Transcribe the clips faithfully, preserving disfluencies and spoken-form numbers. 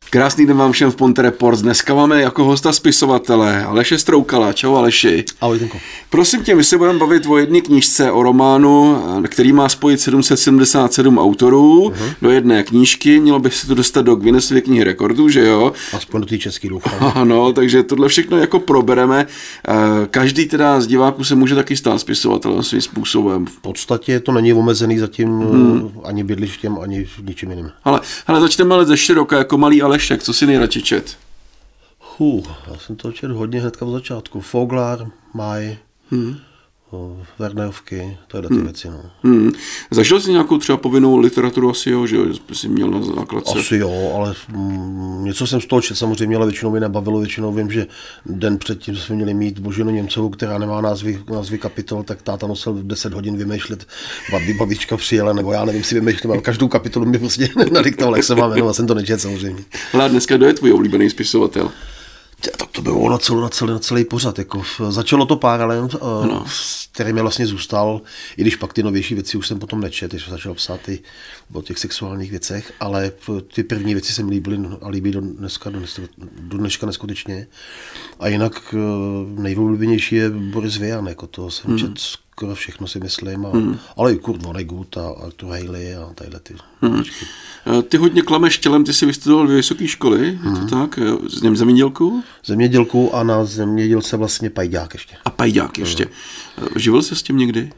Krásný den vám všem v Ponte Reports. Dneska máme jako hosta spisovatele Aleše Stroukala. Čau Aleši. Ahoj, Tinko. Prosím tě, my se budeme bavit o jedné knížce, o románu, který má spojit sedm set sedmdesát sedm autorů uh-huh. do jedné knížky. Mělo by se to dostat do Guinnessovy knihy rekordů, že jo? Aspoň do té české doufám. Ano, takže tohle všechno jako probereme. Každý teda z diváků se může taky stát spisovatelem svým způsobem. V podstatě to není omezený zatím hmm. ani bydlištěm, ani ničím jiným. Ale, ale začneme ale ze široka, jako malý Alešek, co si nejradši čet? Huh, já jsem to čet hodně hnedka v začátku. Foglár, Maj, hmm. Vernejovky, to je ty hmm. věci. No. Hmm. Zažil jsi nějakou třeba povinnou literaturu asi, jo, že jsi měl na základce? Asi jo, ale mm, něco jsem z toho čet samozřejmě, ale většinou mi nebavilo, většinou vím, že den předtím jsme měli mít Boženu Němcovou, která nemá názvy, názvy kapitol, tak táta musel deset hodin vymýšlet, babi, babička přijela, nebo já nevím si vymýšlet, ale každou kapitolu mi prostě nadiktoval, jak se mám jmenovat, jsem to nečet samozřejmě. Ale dneska kdo je tvůj oblíbený spisovatel? Tak to bylo na celý, na celý, na celý pořad. Jako, začalo to pár, ale no. s kterým vlastně zůstal, i když pak ty novější věci už jsem potom nečet, když jsem začal psát ty, o těch sexuálních věcech, ale ty první věci se mi líbily a líbí do dneska, do, do dneška neskutečně. A jinak nejoblíbenější je Boris Vian, jako to jsem hmm. čet skoro všechno si myslím, a, hmm. ale i Kurt Vonnegut a Arthur Hailey a tadyhle ty. Hmm. Ty hodně klameš tělem, ty jsi vystudoval dvě vysoké školy, hmm. je to tak? Z něm zemědělku? Zemědělku a na zemědělce vlastně pajďák ještě. A pajďák ještě. Hmm. Živil jsi s tím někdy?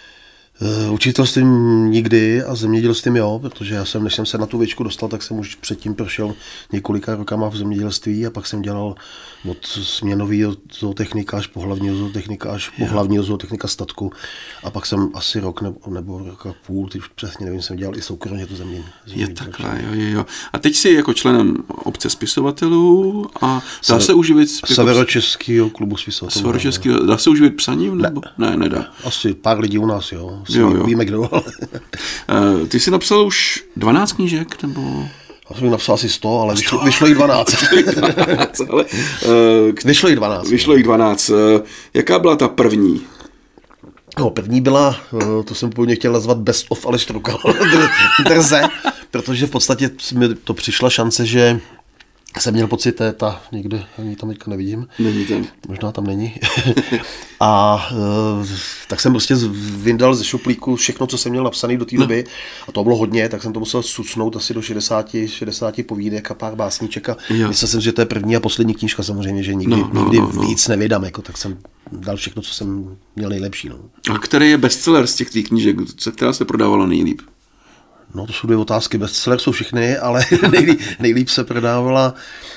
Učitelstvím nikdy a zemědělstvím jo, protože já jsem, než jsem se na tu věčku dostal, tak jsem už předtím prošel několika rokama v zemědělství a pak jsem dělal od směnového zootechnika až po hlavního zootechnika až po hlavního zootechnika statku a pak jsem asi rok nebo, nebo rok a půl, teď už přesně nevím, jsem dělal i soukromně to země. Je takhle, jo, jo. A teď jsi jako členem obce spisovatelů a dá se uživit... Severočeského klubu spisovatelů. Severočeského, dá se uživit psaním? Nebo? Ne. ne, nedá. Asi pár lidí u nás, jo. Jo, jo. Víme, kdo. Ty jsi napsal už dvanáct knížek, nebo... Já jsem napsal asi sto, ale vyšlo, vyšlo jich dvanáct. ale, uh, vyšlo jich dvanáct. Vyšlo jich dvanáct. Uh, jaká byla ta první? No, první byla, to jsem původně chtěl nazvat Best of Aleš Stroukal, drze, protože v podstatě mi to přišla šance, že jsem měl pocit, to je ta, někde, ani tam teďka nevidím. Není tam. Možná tam není. A tak jsem prostě vyndal ze šuplíku všechno, co jsem měl napsané do té no. doby. A to bylo hodně, tak jsem to musel sucnout asi do šedesáti povídek a pár básníček. A myslel jsem, že to je první a poslední knížka samozřejmě, že nikdy, no, no, nikdy no, no. víc nevydám. Jako, tak jsem dal všechno, co jsem měl nejlepší. No. A který je bestseller z těch tvých knížek, která se prodávala nejlíp? No to jsou dvě otázky, bestseller jsou všechny, ale nejlíp, nejlíp se prodávala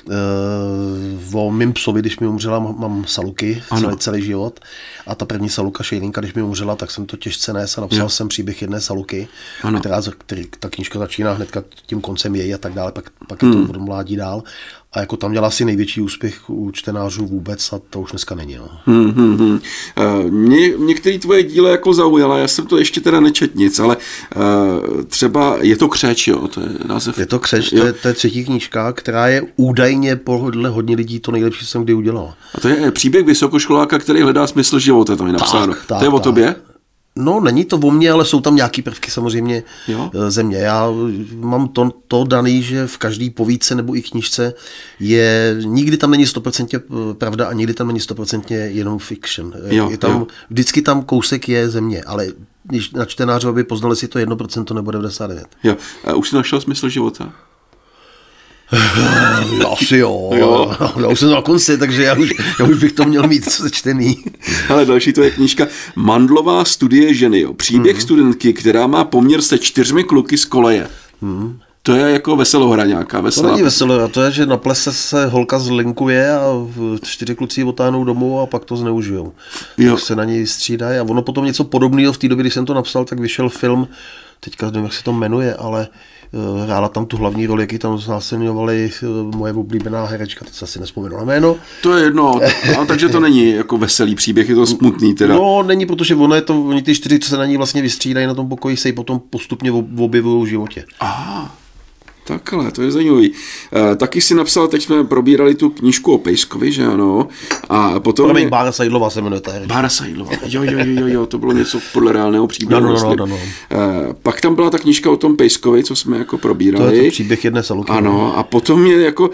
uh, o mým psovi, když mi umřela, mám Saluky celý, celý život a ta první Saluka Šejlinka, když mi umřela, tak jsem to těžce nes a napsal jo. jsem příběh jedné Saluky, ano. která, který, ta knížka začíná hnedka tím koncem její a tak dále, pak, pak hmm. je to od mládí dál. A jako tam měla asi největší úspěch u čtenářů vůbec a to už dneska není. No. Hmm, hmm, hmm. Uh, mě, některé tvoje díly jako zaujala, já jsem to ještě teda nečet nic, ale uh, třeba Je to křeč, jo? To je název. Je to křeč, to je, to je třetí knížka, která je údajně podle hodně lidí to nejlepší, co jsem kdy udělal. A to je příběh vysokoškoláka, který hledá smysl života, tam je napsáno. Tak, tak, to je o tak. tobě? No, není to o mně, ale jsou tam nějaký prvky samozřejmě jo? země. Já mám to, to daný, že v každý povídce nebo i knížce je, nikdy tam není sto procent pravda a nikdy tam není sto procent jenom fiction. Jo, je tam, jo. Vždycky tam kousek je země, ale když na čtenáři, aby poznali si to jedno procento nebo devadesát devět. Jo. A už jsi našel smysl života? Asi jo, jo. Já už jsem na konci, takže já už, já už bych to měl mít sečtený. Ale další to je knížka Mandlová studie ženy, jo. Příběh mm-hmm. studentky, která má poměr se čtyřmi kluky z koleje. Mm. To je jako veselohra nějaká. Veselá. To není veselohra, to je, že na plese se holka zlinkuje a čtyři kluci ji otáhnou domů a pak to zneužijou. Tak se na něj střídají a ono potom něco podobného v té době, když jsem to napsal, tak vyšel film, teďka nevím, jak se to jmenuje, ale hrála tam tu hlavní roli, jaký tam znásilňovali moje oblíbená herečka, teď se asi nespomenu na jméno. To je jedno, a takže to není jako veselý příběh, je to smutný teda. No, není, protože ono je to, oni ty čtyři, co se na ní vlastně vystřídají na tom pokoji, se jí potom postupně objevují v životě. Aha. Takhle, to je zajímavý. E, taky si napsal, teď jsme probírali tu knížku o Pejskovi, že ano? A potom... Promiň, Bára Sajdlová se jmenuje. Bára Sajdlová, jo, jo, jo, jo, to bylo něco podle reálného příběhu. No, no, no, no, no. E, pak tam byla ta knížka o tom Pejskovi, co jsme jako probírali. To je to příběh jedné saluky. Ano, a potom mě jako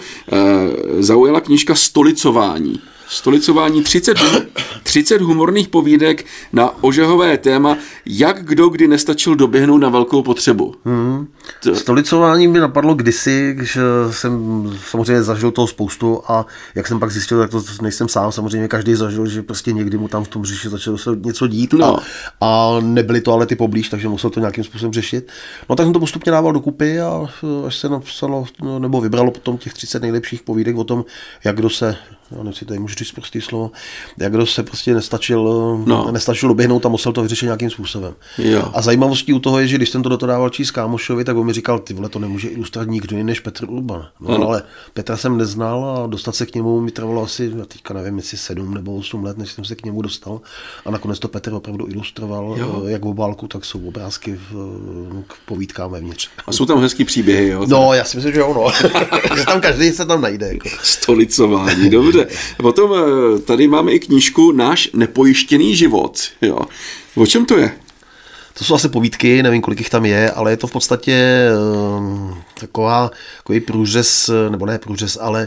e, zaujala knížka Stolicování. Stolicování, třicet, třicet humorných povídek na ožehové téma, jak kdo kdy nestačil doběhnout na velkou potřebu. Hmm. Stolicování mi napadlo kdysi, když jsem samozřejmě zažil toho spoustu a jak jsem pak zjistil, tak to nejsem sám, samozřejmě každý zažil, že prostě někdy mu tam v tom břiši začalo se něco dít no. a, a nebyly to ale ty poblíž, takže musel to nějakým způsobem řešit. No tak jsem to postupně dával dokupy a až se napsalo, nebo vybralo potom těch třicet nejlepších povídek o tom, jak kdo se, já nevím, tady můžu říct prostý slovo, jak kdo se prostě nestačil, no. nestačil doběhnout a musel to vyřešit nějakým způsobem. Jo. A zajímavostí u toho je, že když jsem to do toho dával číst kámošovi, tak on mi říkal, ty vole, to nemůže ilustrovat nikdo jiný než Petr Urban. No, no. Ale Petra jsem neznal a dostat se k němu mi trvalo asi, teďka nevím, jestli sedm nebo osm let, než jsem se k němu dostal. A nakonec to Petr opravdu ilustroval, jo. jak v obálku, tak jsou obrázky v, k povídkám vevnitř. A jsou tam hezký příběhy, jo? No, já si myslím, že jo, no. Že tam každý se tam najde. Jako. Stolicování, dobře. Potom tady máme i knížku Náš nepojištěný život, jo. O čem to je? To jsou asi povídky, nevím, kolik jich tam je, ale je to v podstatě um, taková, takový průřez, nebo ne průřez, ale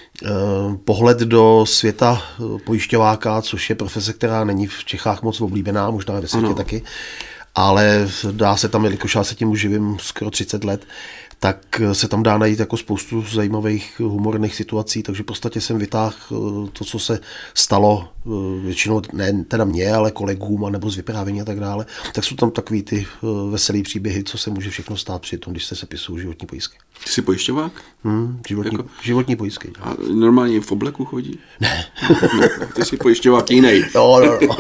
um, pohled do světa pojišťováka, což je profese, která není v Čechách moc oblíbená, možná ve světě ano. taky, ale dá se tam, jelikož já se tím už živím skoro třicet let, tak se tam dá najít jako spoustu zajímavých humorných situací, takže v podstatě jsem vytáhl to, co se stalo většinou, ne teda mě, ale kolegům, nebo z vyprávění a tak dále, tak jsou tam takový ty veselý příběhy, co se může všechno stát při tom, když se sepisují životní pojistky. Ty jsi pojišťovák? Hmm, životní, jako... životní pojistky. A normálně v obleku chodí? Ne. No, ty jsi pojišťovák jiný. No, no, no.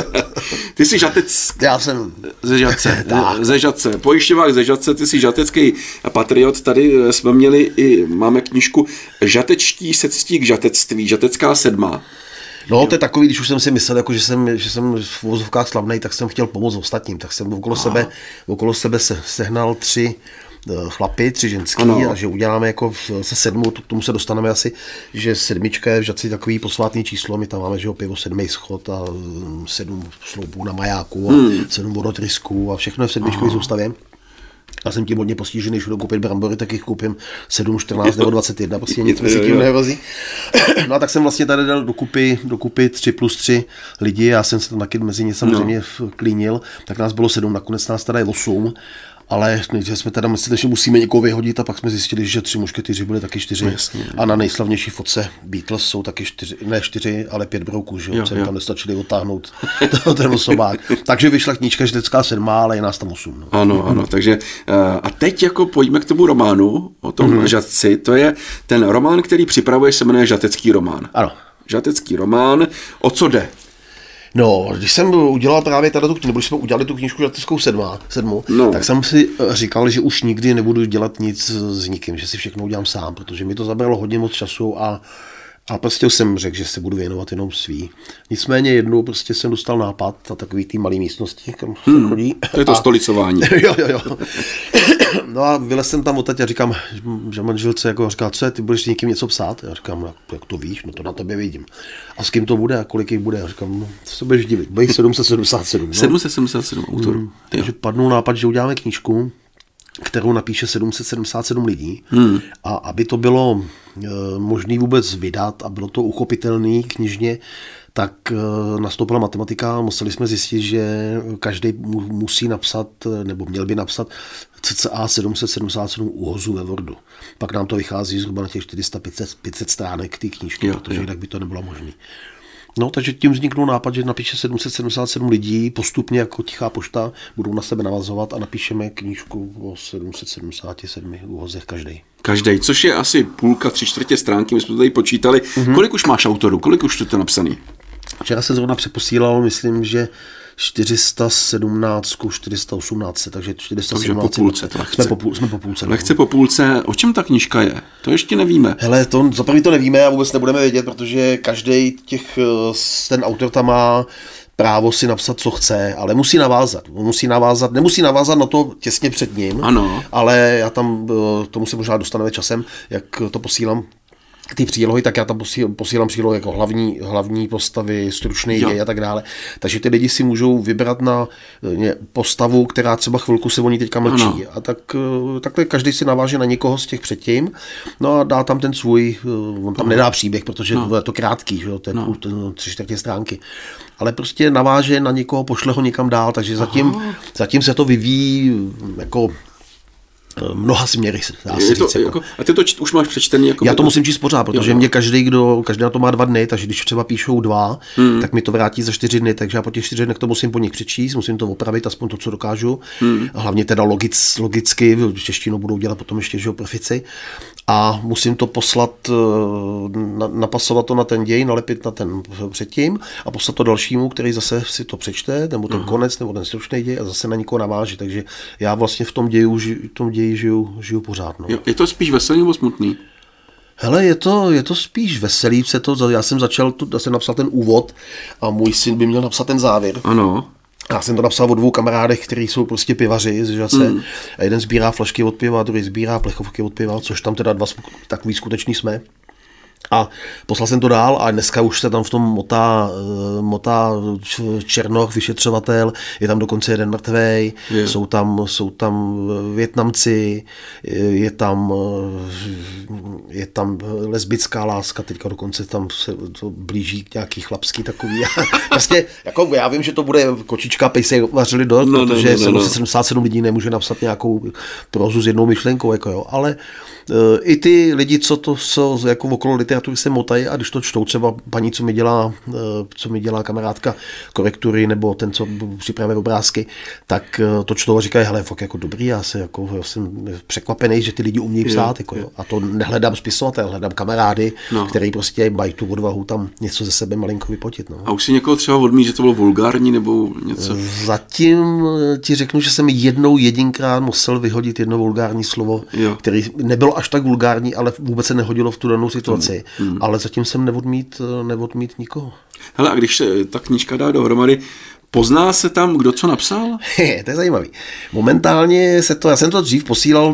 Ty jsi žatec. Já jsem. Ze Žatce. Ze Žatce. Pojišťovák ze Žatce, ty jsi žatecký patriot. Tady jsme měli i, máme knížku Žatečtí se ctí k žatectví, žatecká sedma. No, to je takový, když už jsem si myslel, jako, že, jsem, že jsem v uvozovkách slavnej, tak jsem chtěl pomoct ostatním, tak jsem okolo Aha. sebe, okolo sebe se, sehnal tři chlapy, tři ženský ano. a že uděláme jako se sedmu, k tomu se dostaneme asi, že sedmička je v Žatci takový posvátný číslo, my tam máme, že jo, pivo sedmý schod a sedm sloupů na majáku a hmm. sedm vodotrysků a všechno je v sedmičkový soustavě. Já jsem tím hodně postižený, když budu koupit brambory, tak jich koupím sedm, čtrnáct nebo dvacet jedna, prostě nic mi se tím nehrozí. No a tak jsem vlastně tady dal dokupy, dokupy tři plus tři lidi, já jsem se tam taky mezi ně samozřejmě no. klínil, tak nás bylo sedm, nakonec nás tady je osm. Ale že jsme teda mysleli, že musíme někoho vyhodit a pak jsme zjistili, že tři mušketýři byli taky čtyři. Jasně. A na nejslavnější fotce Beatles jsou taky čtyři, ne čtyři, ale pět brouků, že jo, jo. tam nestačili otáhnout ten osobák. Takže vyšla knížka Žatecká sedma, ale je nás tam osm. No. Ano, ano, takže a teď jako pojďme k tomu románu o tom mm-hmm. Žatci, to je ten román, který připravuje, se jmenuje Žatecký román. Ano. Žatecký román, o co jde? No, když jsem udělal právě tady tu knihu, nebo když jsme udělali tu knížku Žateckou sedma, sedmu, no. tak jsem si říkal, že už nikdy nebudu dělat nic s nikým, že si všechno udělám sám, protože mi to zabralo hodně moc času a A prostě jsem řekl, že se budu věnovat jenom svý. Nicméně jednou prostě jsem dostal nápad na takový té malé místnosti, kam hmm, se chodí. To je to a... stolicování. jo, jo, jo. No a vylez jsem tam odtaď a říkám, že manželce jako říká, co je, ty budeš někým něco psát? Já říkám, jak to víš, no to na tebe vidím. A s kým to bude a kolik jich bude? Já říkám, no to se budeš divit, bude sedm set sedmdesát sedm. No? sedm set sedmdesát sedm autorů. Hmm, takže padnul nápad, že uděláme knížku, kterou napíše sedm set sedmdesát sedm lidí hmm. a aby to bylo e, možné vůbec vydat a bylo to uchopitelné knižně, tak e, nastoupila matematika, museli jsme zjistit, že každý mu, musí napsat, nebo měl by napsat cca sedm set sedmdesát sedm úhozů ve Wordu. Pak nám to vychází zhruba na těch čtyři sta pět set stránek té knížky, jo, protože jo. jinak by to nebylo možné. No, takže tím vzniknul nápad, že napíše sedm set sedmdesát sedm lidí, postupně jako tichá pošta, budou na sebe navazovat a napíšeme knížku o sedm set sedmdesát sedm úhozech každý. Každý, což je asi půlka, tři čtvrtě stránky, my jsme to tady počítali. Mm-hmm. Kolik už máš autorů, kolik už to je napsaný? Včera se zrovna přeposílalo, myslím, že čtyři sta sedmnáct, čtyři sta osmnáct, takže čtyři sta sedmnáct. Takže po půlce, jsme po, půl, jsme po půlce. Lehce po půlce. O čem ta knížka je? To ještě nevíme. Hele, to za první to nevíme a vůbec nebudeme vědět, protože každý těch, ten autor tam má právo si napsat, co chce, ale musí navázat. Musí navázat, nemusí navázat na to těsně před ním, ano. Ale já tam, tomu se možná dostaneme časem, jak to posílám, ty přílohy, tak já tam posílám, posílám přílohy jako hlavní, hlavní postavy, stručný děj a tak dále. Takže ty lidi si můžou vybrat na postavu, která třeba chvilku se o ní teďka mlčí. Ano. A tak, takhle každý si naváže na někoho z těch předtím, no a dá tam ten svůj, on tam no. nedá příběh, protože no. je to krátký, že jo, to je no. půl, tři čtvrtě stránky. Ale prostě naváže na někoho, pošle ho někam dál, takže zatím, zatím se to vyvíjí jako mnoha směry, dá se říct. Jako, a ty to č- už máš přečtený? Jako já to musím číst pořád, protože jo, jo. mě každý, kdo, každý na to má dva dny, takže když třeba píšou dva, hmm. tak mi to vrátí za čtyři dny, takže já po těch čtyři dnech to musím po nich přečíst, musím to opravit, aspoň to, co dokážu. Hmm. A hlavně teda logic, logicky, češtinu budou dělat potom ještě, že profici. A musím to poslat, na, napasovat to na ten děj, nalepit na ten předtím a poslat to dalšímu, který zase si to přečte, nebo ten Aha. konec, nebo ten stručný děj a zase na někoho naváží. Takže já vlastně v tom ději, v tom ději žiju, žiju pořád. No. Jo, je to spíš veselý nebo smutný? Hele, je to, je to spíš veselý. Se to, já jsem začal, tu, já jsem napsal ten úvod a můj syn by měl napsat ten závěr. Ano. Já jsem to napsal o dvou kamarádech, kteří jsou prostě pivaři z Žace. Mm. A jeden sbírá flašky od piva, druhý sbírá plechovky od piva, což tam teda dva takový skuteční jsme. A poslal jsem to dál a dneska už se tam v tom motá, motá Černoch, vyšetřovatel, je tam dokonce jeden mrtvej, yeah. jsou, tam, jsou tam Vietnamci, je tam, je tam lesbická láska, teďka dokonce tam se to blíží k nějaký chlapský takový. Vlastně, jako já vím, že to bude kočička, pejsej vařili dort, no, protože no, no, no. sedmdesát sedm lidí nemůže napsat nějakou prózu s jednou myšlenkou, jako jo, ale i ty lidi, co to co jako okolo literatury se motají a když to čtou, třeba paní, co mi dělá, co mi dělá kamarádka korektury nebo ten, co připravuje obrázky, tak to čtou a říkají, hele, fakt jako dobrý, já, se jako, já jsem překvapený, že ty lidi umějí psát. Je, jako, je. A to nehledám spisovatel, hledám kamarády, no. který prostě mají tu odvahu tam něco ze sebe malinko vypotit. No. A už si někoho třeba odmít, že to bylo vulgární nebo něco? Zatím ti řeknu, že jsem jednou jedinkrát musel vyhodit jedno vulgární slovo, jo. který nebylo až tak vulgární, ale vůbec se nehodilo v tu danou situaci. Hmm. Ale zatím jsem neodmít, neodmít nikoho. Hele, a když se ta knížka dá dohromady, pozná se tam, kdo co napsal? To je zajímavý. Momentálně se to, já jsem to dřív posílal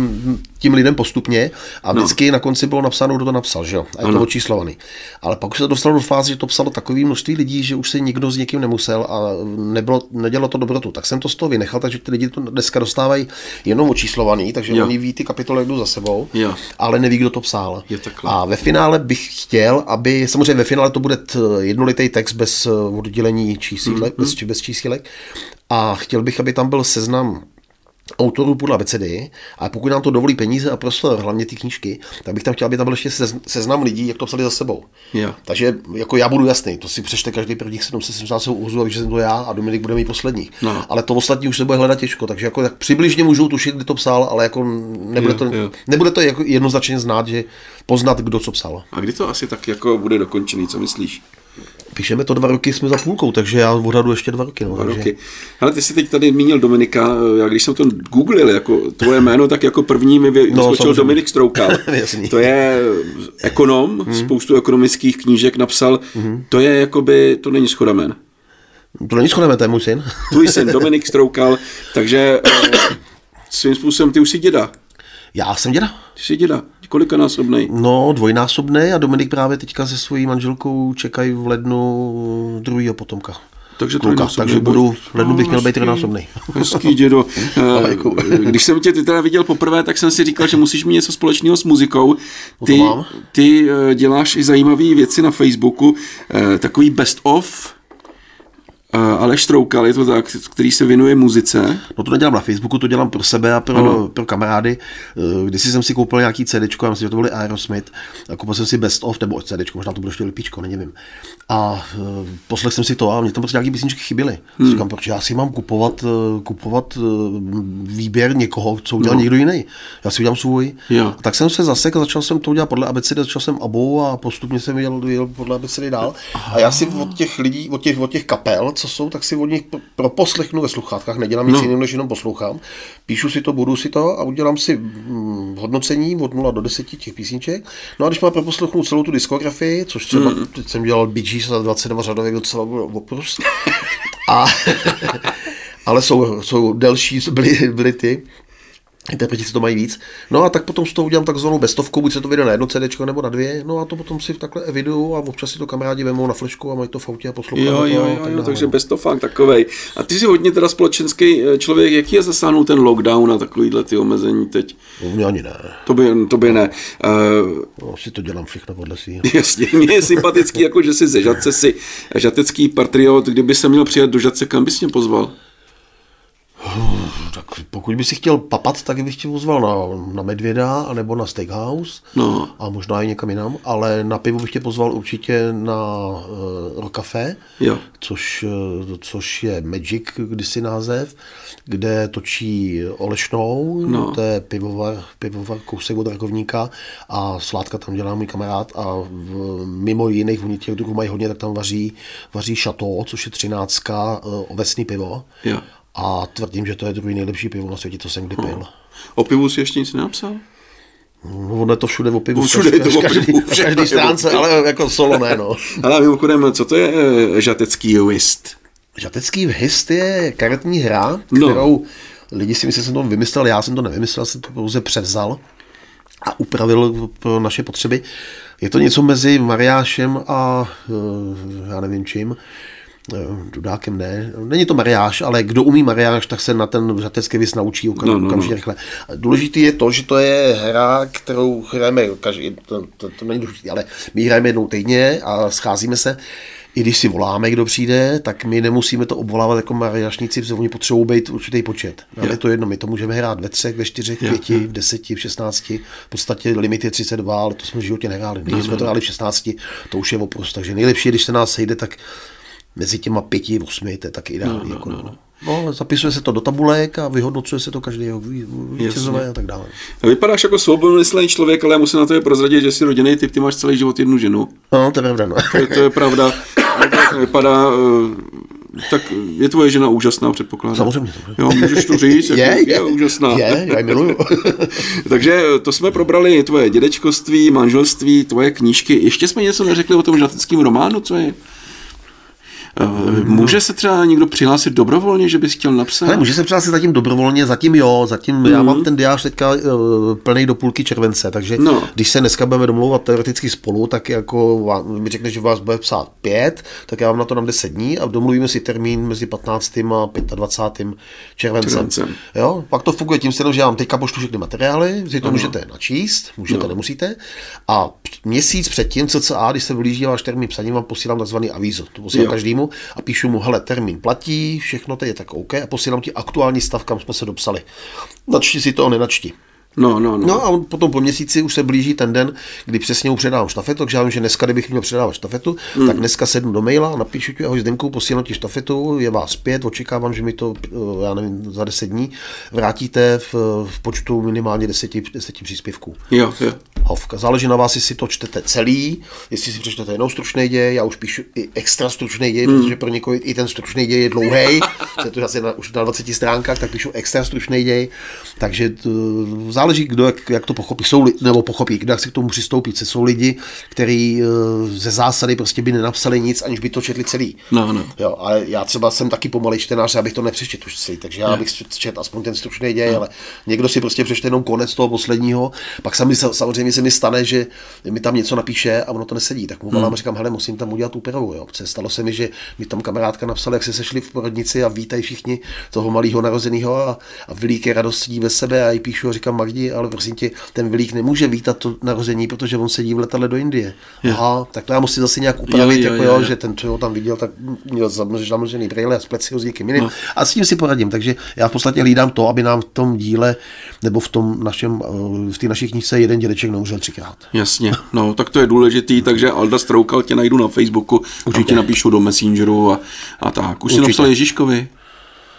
tím lidem postupně a vždycky no. na konci bylo napsáno, kdo to napsal, že jo? A je ano. to očíslovaný. Ale pak už se dostalo do fáze, že to psalo takové množství lidí, že už se nikdo s někým nemusel a nebylo, nedělalo to dobrotu. Tak jsem to z toho vynechal, takže ty lidi to dneska dostávají jenom očíslovaný, takže jo. oni ví ty kapitoly jdou za sebou, jo. ale neví, kdo to psal. A ve finále bych chtěl, aby, samozřejmě ve finále to bude jednolitý text bez oddělení čísílek, mm-hmm. bez, bez čísílek a chtěl bych, aby tam byl seznam autorů podle abecedy, a pokud nám to dovolí peníze a prostor, hlavně ty knížky, tak bych tam chtěl, aby tam byl ještě seznam lidí, jak to psali za sebou. Yeah. Takže jako já budu jasný, to si přečte každý prvních sedm set sedmdesát úzů, a že jsem to já a Dominik bude mít poslední. No. Ale to ostatní už se bude hledat těžko, takže jako tak přibližně můžou tušit, kdy to psal, ale jako nebude to, yeah, yeah. nebude to jako jednoznačně znát, že poznat, kdo co psal. A kdy to asi tak jako bude dokončený, co myslíš? Píšeme to dva roky, jsme za půlkou, takže já odhadu ještě dva roky. No, dva takže... roky. Ale ty jsi teď tady zmínil Dominika, já když jsem to googlil jako tvoje jméno, tak jako první mi vyskočil no, Dominik Stroukal. To je ekonom, hmm. spoustu ekonomických knížek napsal, hmm. to je jakoby, to není shoda jmen. To není shoda jmen, to je můj syn. Tvůj syn Dominik Stroukal, takže svým způsobem ty už jsi děda. Já jsem děda. Ty jsi děda. Kolikanásobnej? No, dvojnásobnej a Dominik právě teďka se svojí manželkou čekají v lednu druhýho potomka. Takže, Kluka, takže budu, v lednu bych měl být trojnásobnej. Hezký dědo. Když jsem tě ty teda viděl poprvé, tak jsem si říkal, že musíš mít něco společného s muzikou. Ty, ty děláš i zajímavé věci na Facebooku, takový best of, Aleš Stroukal, je to tak, který se věnuje muzice. No to nedělám na Facebooku, to dělám pro sebe a pro, pro kamarády. Když jsem si koupil nějaký CDčko, já myslím, že to byly Aerosmith, a koupil jsem si Best of, nebo CDčko, možná to bylo ještě lipíčko, nevím. A uh, poslech jsem si to a mě tam prostě nějaký písničky chyběly. Hmm. Říkám, proč já si mám kupovat, kupovat výběr někoho, co udělal no. někdo jiný. Já si udělám svůj. Ja. A tak jsem se zasek a začal jsem to udělat podle abecedy, začal jsem abou a postupně jsem jel, jel podle abecedy dál. Aha. A já si od těch lidí, od těch, od těch kapel, co jsou jsou, tak si od nich pro poslechnu ve sluchátkách, nedělám nic no. jiného, než jenom poslouchám. Píšu si to, budu si to a udělám si hm, hodnocení od nula do deseti těch písniček. No a když mám proposlechnout celou tu diskografii, což třeba mm. teď jsem dělal Bee Gees za dvacet dva řadovek docela oprus. A ale jsou, jsou delší, byly, byly ty. Interpreti to mají víc. No a tak potom z toho udělám takzvanou bestovku, buď se to vyjde na jedno CDčko nebo na dvě, no a to potom si takhle eviduju a občas si to kamarádi vemou na flešku a mají to v autě a poslouchají. Jo, jo, jo, tak jo, takže bestovák takovej. A ty jsi hodně teda společenský člověk, jaký je zasáhnul ten lockdown a takovýhle ty omezení teď? No, mě ani ne. To by, to by ne. Uh, no, si to dělám všechno podle svého. Jasně, mě je sympatický, jako že jsi ze Žatce, si žatecký patriot, kdyby se měl přijet do Žatce, kam bys mě pozval? Tak pokud by si chtěl papat, tak bych tě pozval na, na Medvěda anebo na Steakhouse no. a možná i někam jinam, ale na pivo bych tě pozval určitě na uh, Rock Café, jo. Což, uh, což je Magic kdysi název, kde točí Olešnou, no. To je pivovar, pivovar kousek od Rakovníka a Sládka tam dělá můj kamarád a v, mimo jiných, oni těch druhů mají hodně, tak tam vaří, vaří Chateau, což je třináctka uh, ovesný pivo. Jo. A tvrdím, že to je druhý nejlepší pivo na světě, co jsem kdy pil. O pivu si ještě nic nenapsal? No, ono je to všude o pivu. Všude je to o pivu. V každé stránce, ale jako solo ne, no. Ale mimochodem, co to je žatecký whist? Žatecký whist je karetní hra, no. kterou lidi si myslí, že jsem to vymyslel, já jsem to nevymyslel, jsem to pouze převzal a upravil pro naše potřeby. Je to něco mezi mariášem a já nevím čím. Dudákem ne. Není to mariáš, ale kdo umí mariáš, tak se na ten žatecký whist naučí okam, no, no, okamžitě no. rychle. Důležitý je to, že to je hra, kterou hrajeme, každý, to, to, to není důležitý, ale my hrajeme jednou týdně a scházíme se. I když si voláme, kdo přijde, tak my nemusíme to obvolávat jako mariášníci, protože oni potřebují být určitý počet. Nám je to jedno, my to můžeme hrát ve třech, ve čtyřech, v pěti, v deseti, v šestnácti. V podstatě limit je třicet dva, ale to jsme v životě nehráli. Nyní jsme to hráli v šestnácti, to už je oprus. Takže nejlepší je, když se nás sejde, tak mezi těma pěti, osmi, to je tak ideální. No, no, jako, no, no. No, zapisuje se to do tabulek a vyhodnocuje se to každého vítězové a tak dále. Vypadáš jako svobodnomyslný člověk, ale já musím na to je prozradit, že jsi rodinný typ, ty máš celý život jednu ženu. No, to je pravda. No. To, to je pravda. To vypadá, tak je tvoje žena úžasná, předpokládám. Samozřejmě. Jo, můžeš to říct, je, jako, je, je úžasná. Je, já ji miluju. Takže to jsme probrali tvoje dědečkovství, manželství, tvoje knížky. Ještě jsme něco neřekli o tom žateckém románu, co je? Může se třeba někdo přihlásit dobrovolně, že bys chtěl napsat? Ne, může se přihlásit zatím dobrovolně, zatím jo, zatím mm. já mám ten diář teďka uh, plný do půlky července, takže no. Když se dneska budeme domlouvat teoreticky spolu, tak jako mi řekne, že vás bude psát pět, tak já vám na to dám deset dní a domluvíme si termín mezi patnáctým a dvacátým pátým červencem. červencem. Jo, pak to funguje tím stylem, že já vám teďka pošlu všechny materiály, vy to ano. můžete načíst, můžete, no. nemusíte. A měsíc předtím, cca, když se blíží váš termín psaní, vám posílám takzvaný avízo. To posílám každému a píšu mu, hele, termín platí, všechno to je tak OK a posílám ti aktuální stav, kam jsme se dopsali. Načti si to, nenačti. No, no, no. No a potom po měsíci už se blíží ten den, kdy přesně mu předávám štafetu, takže já vím, že dneska, kdybych měl předávat štafetu, mm. tak dneska sednu do maila, napíšu ti, ahoj Zdenku, posílám ti štafetu, je vás pět, očekávám, že mi to, já nevím, za deset dní vrátíte v, v počtu minimálně deseti, deseti příspěvků. Jo, jo. Hovka. Záleží na vás, jestli to čtete celý, jestli si přečtete jenom stručný děj, já už píšu i extra stručný děj, mm. protože pro někoho i ten stručný děj je dlouhý, je to asi na, už na dvaceti stránkách, tak píšu extra stručný děj, takže to, záleží, kdo jak, jak to pochopí, jsou, nebo pochopí, kdo jak si k tomu přistoupí. Co jsou lidi, kteří ze zásady prostě by nenapsali nic, aniž by to četli celý. No, no. Jo, ale já třeba jsem taky pomalej čtenář, abych to nepřečetl už celý, takže já no. bych četl aspoň ten stručný děj, no. ale někdo si prostě přečte jenom konec toho posledního, pak sami, samozřejmě se mi stane, že mi tam něco napíše a ono to nesedí, tak mu volám hmm. a říkám, hele, musím tam udělat úpravu. Jo. Stalo se mi, že mi tam kamarádka napsala, jak se sešli v porodnici a vítají všichni toho malého narozeného a, a Vilík je radostí ve sebe a jí píšu a říkám, Magdi, ale prosím tě, ten Vilík nemůže vítat to narození, protože on sedí v letadle do Indie. Jo. Aha, tak to já musím zase nějak upravit, jo, jo, jako jo, jo, že ten, co ho tam viděl, tak měl zamlžený brýle a splet si ho s někým jiným. No. A s tím si poradím, takže já v podstatě hlídám to, aby nám v tom díle nebo v tom našem, v té naší knížce jeden dědeček neumřel třikrát. Jasně, no tak to je důležitý, takže Alda Stroukal tě najdu na Facebooku, už ti napíšu do Messengeru a, a tak. Už jsi napsal Ježíškovi?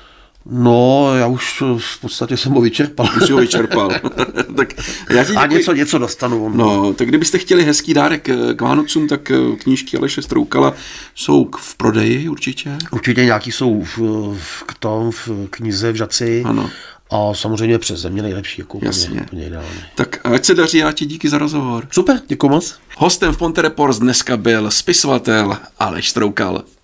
No, já už v podstatě jsem ho vyčerpal. Už ho vyčerpal. tak já ti A něco, něco dostanu. On. No, tak kdybyste chtěli hezký dárek k Vánocům, tak knížky Aleše Stroukala jsou v prodeji určitě? Určitě nějaký jsou v, v, tom, v knize v Žaci. Ano. A samozřejmě přes země nejlepší. Jako Jasně. Úplně ideálně. Tak ať se daří, já ti díky za rozhovor. Super, děkuji moc. Hostem v Ponte Reports dneska byl spisovatel Aleš Stroukal.